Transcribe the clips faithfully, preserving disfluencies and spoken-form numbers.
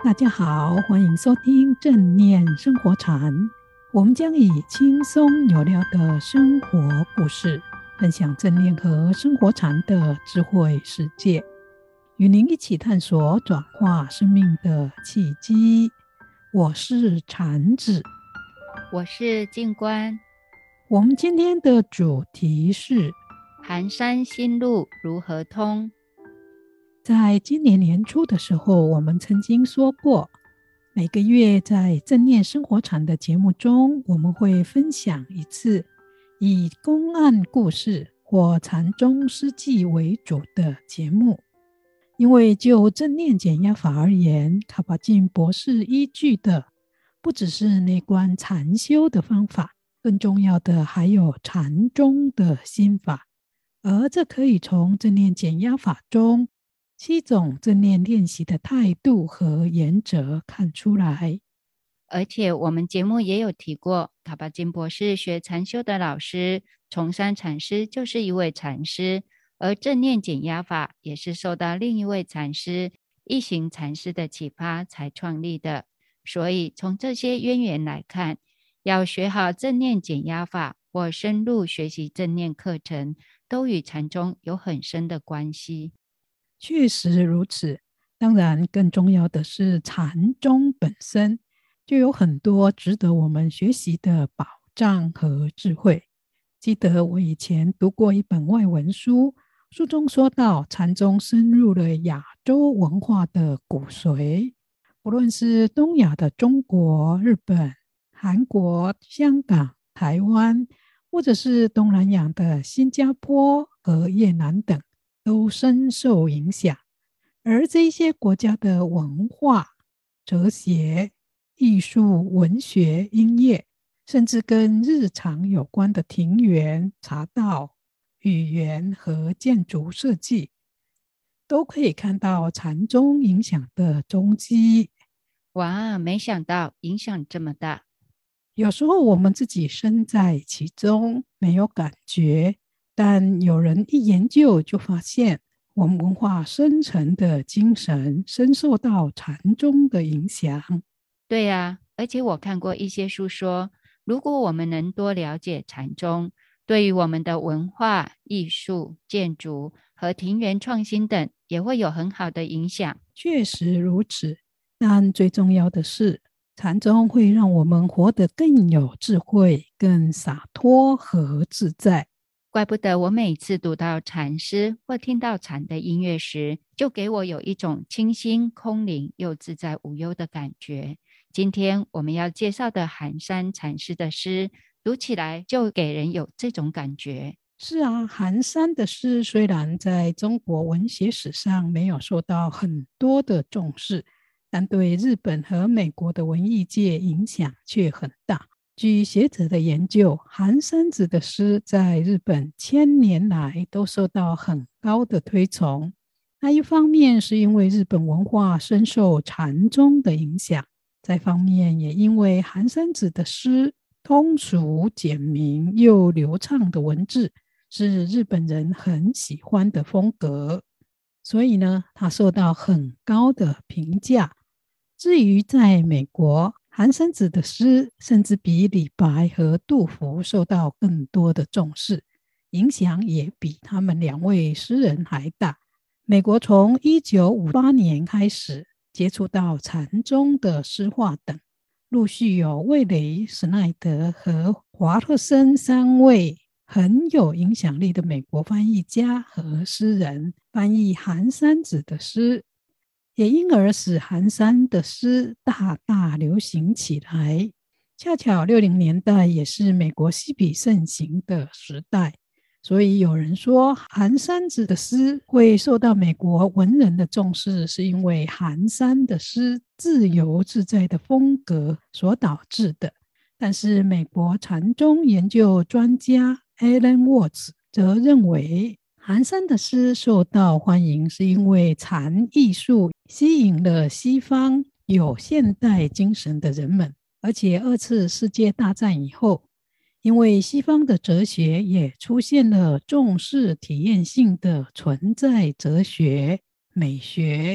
大家好，欢迎收听正念生活禅。我们将以轻松有料的生活故事，分享正念和生活禅的智慧世界，与您一起探索转化生命的契机。我是禅子， 我是静观。 我们今天的主题是寒山新路如何通？ 在今年年初的时候，我们曾经说过，每个月在正念生活禅的节目中，我们会分享一次以公案故事或禅宗诗记为主的节目。因为就正念减压法而言，卡巴金博士依据的不只是内观禅修的方法，更重要的还有禅宗的心法，而这可以从正念减压法中七种正念练习的态度和原则看出来。 而且我们节目也有提过，卡巴金博士学禅修的老师崇山禅师就是一位禅师，而正念减压法也是受到另一位禅师一行禅师的启发才创立的。所以从这些渊源来看，要学好正念减压法或深入学习正念课程，都与禅宗有很深的关系。 确实如此，当然更重要的是禅宗本身就有很多值得我们学习的宝藏和智慧。记得我以前读过一本外文书，书中说到禅宗深入了亚洲文化的骨髓，不论是东亚的中国、日本、韩国、香港、台湾，或者是东南亚的新加坡和越南等，都深受影响。而这些国家的文化、哲学、艺术、文学、音乐，甚至跟日常有关的庭园、茶道、语言和建筑设计，都可以看到禅宗影响的踪迹。 哇，没想到影响这么大。 有时候我们自己身在其中，没有感觉，但有人一研究就发现，我们文化深层的精神深受到禅宗的影响。 对啊，而且我看过一些书说，如果我们能多了解禅宗，对于我们的文化、艺术、建筑和庭园创新等，也会有很好的影响。 确实如此，但最重要的是，禅宗会让我们活得更有智慧、更洒脱和自在。 怪不得我每次读到禅诗或听到禅的音乐时，就给我有一种清新、空灵又自在无忧的感觉。今天我们要介绍的寒山禅师的诗，读起来就给人有这种感觉。 是啊，寒山的诗虽然在中国文学史上没有受到很多的重视，但对日本和美国的文艺界影响却很大。据学者的研究，寒山子的诗在日本千年来都受到很高的推崇。那一方面是因为日本文化深受禅宗的影响，再方面也因为寒山子的诗通俗简明又流畅的文字是日本人很喜欢的风格，所以呢，他受到很高的评价。至于在美国，寒山子的诗甚至比李白和杜甫受到更多的重视，影响也比他们两位诗人还大。美国从一九五八年开始接触到禅宗的诗画等，陆续有魏雷、史奈德和华特森三位很有影响力的美国翻译家和诗人翻译寒山子的诗，也因而使寒山的诗大大流行起来。恰巧六零年代也是美国嬉皮盛行的时代，所以有人说寒山子的诗会受到美国文人的重视，是因为寒山的诗自由自在的风格所导致的。但是美国禅宗研究专家 Alan Watts 则认为，寒山的诗受到欢迎是因为禅艺术吸引了西方有现代精神的人们，而且二次世界大战以后，因为西方的哲学也出现了重视体验性的存在哲学、美学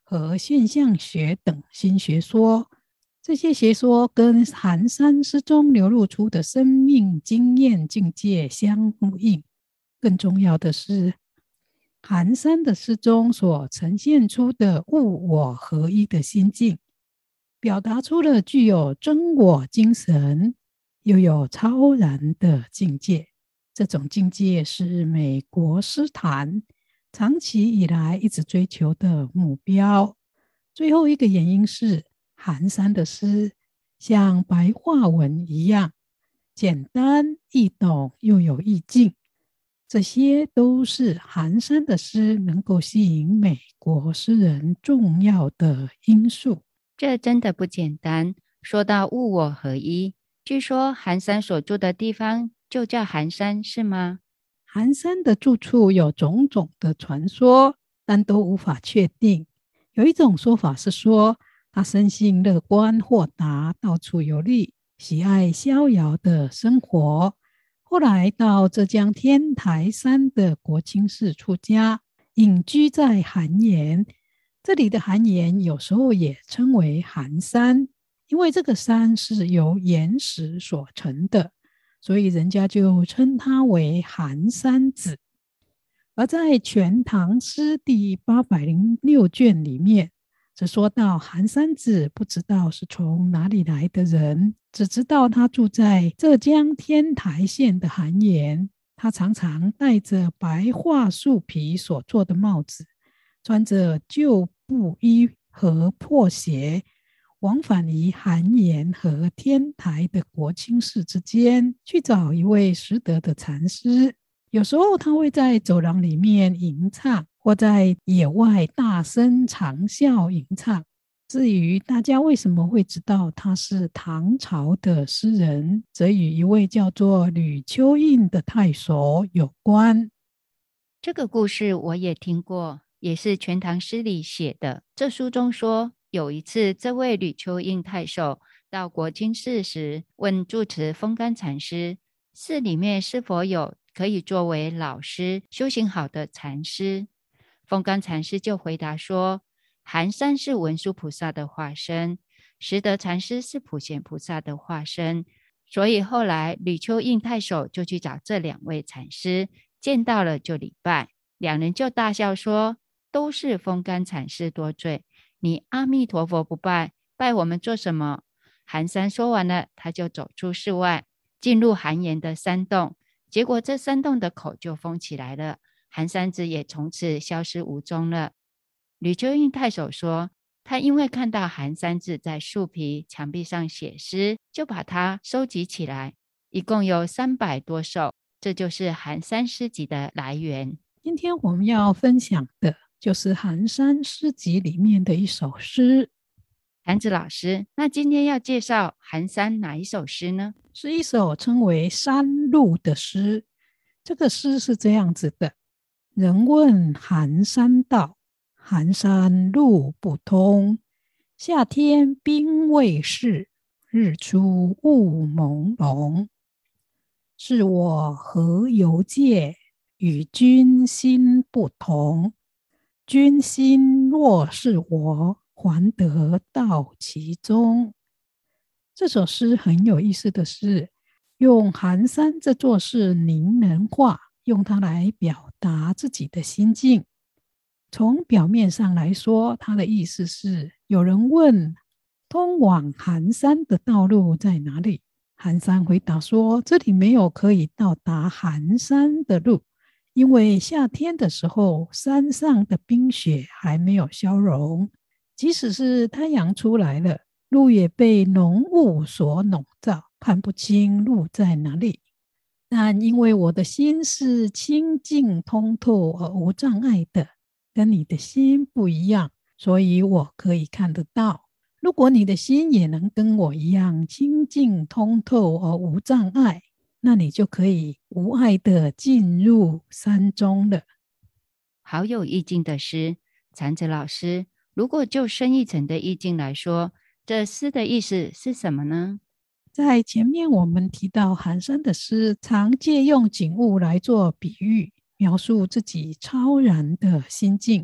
和现象学等新学说。这些学说跟寒山诗中流露出的生命经验境界相呼应。更重要的是，寒山的诗中所呈现出的物我合一的心境，表达出了具有真我精神又有超然的境界。这种境界是美国诗坛长期以来一直追求的目标。最后一个原因是，寒山的诗像白话文一样简单易懂又有意境，这些都是寒山的诗能够吸引美国诗人重要的因素。 这真的不简单。说到物我合一，据说寒山所住的地方就叫寒山，是吗？ 寒山的住处有种种的传说，但都无法确定。有一种说法是说，他生性乐观豁达，到处游历，喜爱逍遥的生活。后来到浙江天台山的国清寺出家，隐居在寒岩。这里的寒岩有时候也称为寒山，因为这个山是由岩石所成的，所以人家就称它为寒山子。而在《全唐诗》第八百零六卷里面，只说到寒山子不知道是从哪里来的人，只知道他住在浙江天台县的寒岩。他常常戴着白桦树皮所做的帽子，穿着旧布衣和破鞋，往返于寒岩和天台的国清寺之间，去找一位识得的禅师。有时候他会在走廊里面吟唱，或在野外大声长啸吟唱。至于大家为什么会知道他是唐朝的诗人，则与一位叫做吕秋印的太守有关。 这个故事我也听过，也是《全唐诗》里写的。这书中说，有一次这位吕秋印太守到国清寺时，问住持风干禅师，寺里面是否有可以作为老师修行好的禅师。风干禅师就回答说，寒山是文殊菩萨的化身，识得禅师是普贤菩萨的化身，所以后来吕秋印太守就去找这两位禅师，见到了就礼拜。两人就大笑说，都是风干禅师多罪，你阿弥陀佛不拜，拜我们做什么？寒山说完了，他就走出室外，进入寒岩的山洞，结果这山洞的口就封起来了，寒山子也从此消失无踪了。吕秋印太守说，他因为看到寒山子在树皮墙壁上写诗，就把它收集起来，一共有三百多首，这就是寒山诗集的来源。 今天我们要分享的就是寒山诗集里面的一首诗。 坛子老师，那今天要介绍寒山哪一首诗呢？ 是一首称为山路的诗。这个诗是这样子的：人问寒山道，寒山路不通。夏天冰未释，日出雾朦胧。是我何由介，与君心不同。君心若是我，还得到其中。这首诗很有意思的是，用寒山这座事拟人化，用它来表达自己的心境。从表面上来说，它的意思是，有人问通往寒山的道路在哪里，寒山回答说，这里没有可以到达寒山的路，因为夏天的时候，山上的冰雪还没有消融，即使是太阳出来了，路也被浓雾所笼罩，看不清路在哪里。但因为我的心是清净通透而无障碍的，跟你的心不一样，所以我可以看得到。如果你的心也能跟我一样清净通透而无障碍，那你就可以无碍的进入山中了。 好有意境的诗。禅子老师，如果就深一层的意境来说，这诗的意思是什么呢？ 在前面我们提到，寒山的诗常借用景物来做比喻，描述自己超然的心境。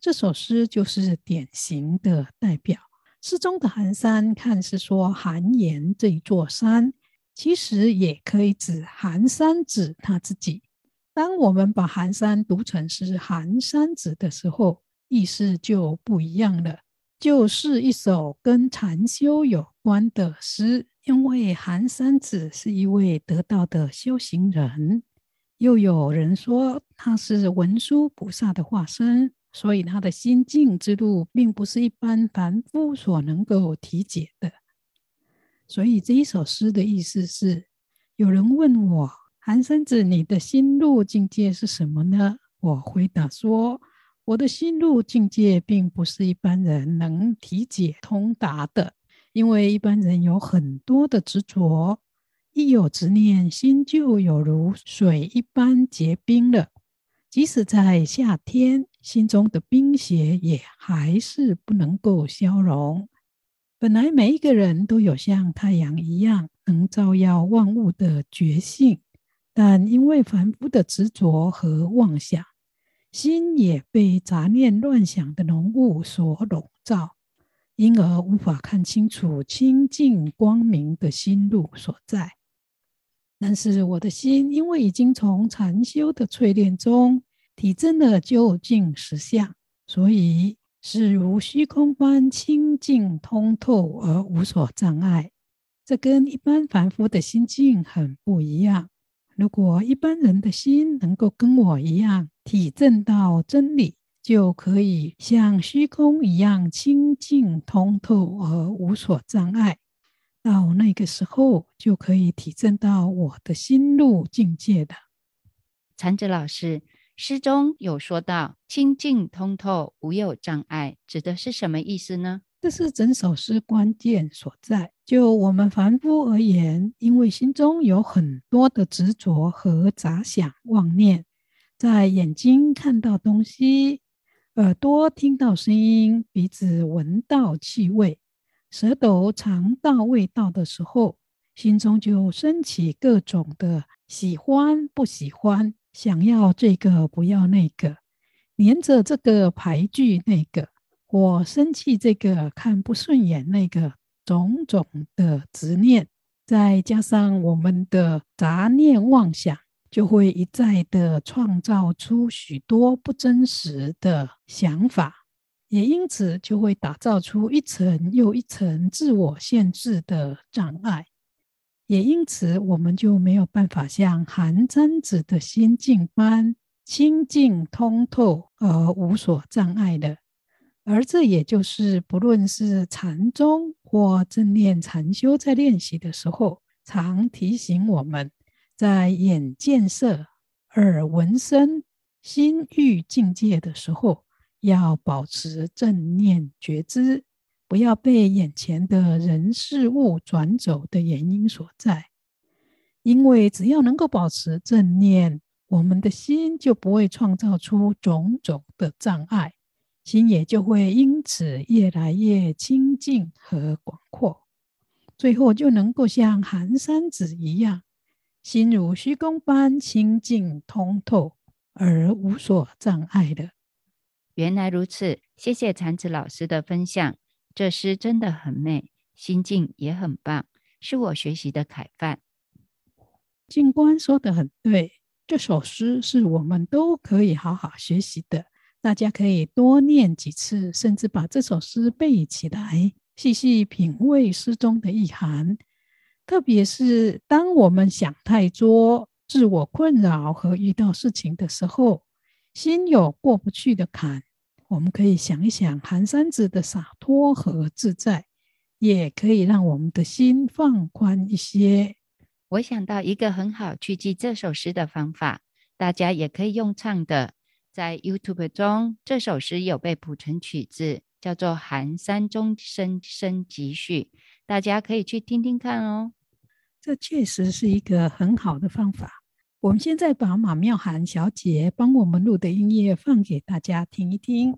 这首诗就是典型的代表。诗中的寒山看似说寒岩这一座山，其实也可以指寒山子他自己。当我们把寒山读成是寒山子的时候，意思就不一样了，就是一首跟禅修有关的诗。因为寒山子是一位得道的修行人，又有人说他是文殊菩萨的化身，所以他的心境之路并不是一般凡夫所能够体解的。所以这一首诗的意思是，有人问我，寒山子，你的心路境界是什么呢？我回答说，我的心路境界并不是一般人能体解通达的，因为一般人有很多的执着，一有执念，心就有如水一般结冰了。即使在夏天，心中的冰雪也还是不能够消融。本来每一个人都有像太阳一样能照耀万物的觉性，但因为凡夫的执着和妄想，心也被杂念乱想的浓雾所笼罩，因而无法看清楚清净光明的心路所在。但是我的心因为已经从禅修的淬炼中体证了究竟实相，所以是如虚空般清净通透而无所障碍。这跟一般凡夫的心境很不一样。如果一般人的心能够跟我一样体证到真理，就可以像虚空一样清净通透而无所障碍。到那个时候就可以体证到我的心路境界的。 禅子老师，诗中有说到清净通透无有障碍，指的是什么意思呢？ 这是整首诗关键所在。就我们凡夫而言，因为心中有很多的执着和杂想妄念，在眼睛看到东西，耳朵听到声音，鼻子闻到气味，舌头尝到味道的时候，心中就升起各种的喜欢不喜欢，想要这个不要那个，黏着这个排拒那个，我生气这个看不顺眼那个，种种的执念，再加上我们的杂念妄想，就会一再的创造出许多不真实的想法，也因此就会打造出一层又一层自我限制的障碍。也因此我们就没有办法像寒山子的心境般清净通透而无所障碍的。而这也就是不论是禅宗或正念禅修在练习的时候，常提醒我们，在眼见色、耳闻声、心欲境界的时候，要保持正念觉知，不要被眼前的人事物转走的原因所在。因为只要能够保持正念，我们的心就不会创造出种种的障碍，心也就会因此越来越清净和广阔，最后就能够像寒山子一样，心如虚空般清净通透而无所障碍的。 原来如此，谢谢禅子老师的分享。这诗真的很美，心境也很棒，是我学习的楷范。 静观说得很对，这首诗是我们都可以好好学习的。大家可以多念几次，甚至把这首诗背起来，细细品味诗中的意涵。特别是当我们想太多、自我困扰和遇到事情的时候，心有过不去的坎，我们可以想一想寒山子的洒脱和自在，也可以让我们的心放宽一些。 我想到一个很好去记这首诗的方法，大家也可以用唱的。在 YouTube 中，这首诗有被谱成曲子，叫做《寒山中声声集序》，大家可以去听听看哦。 这确实是一个很好的方法。我们现在把马妙涵小姐帮我们录的音乐放给大家听一听。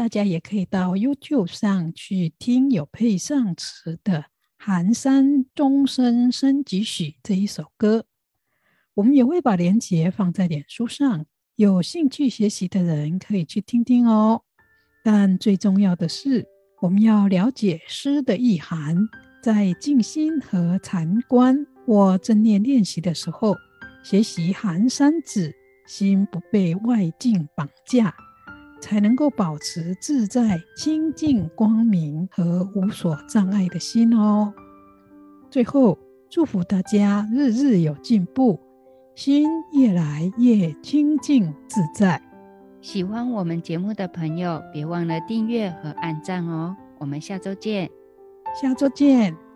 大家也可以到 YouTube 上去听有配上词的寒山钟声升几许这一首歌。我们也会把连结放在脸书上，有兴趣学习的人可以去听听哦。但最重要的是，我们要了解诗的意涵，在静心和禅观或正念练习的时候，学习寒山子，心不被外境绑架，才能够保持自在、清净、光明和无所障碍的心哦。最后，祝福大家日日有进步，心越来越清净自在。 喜欢我们节目的朋友，别忘了订阅和按赞哦。我们下周见。 下周见。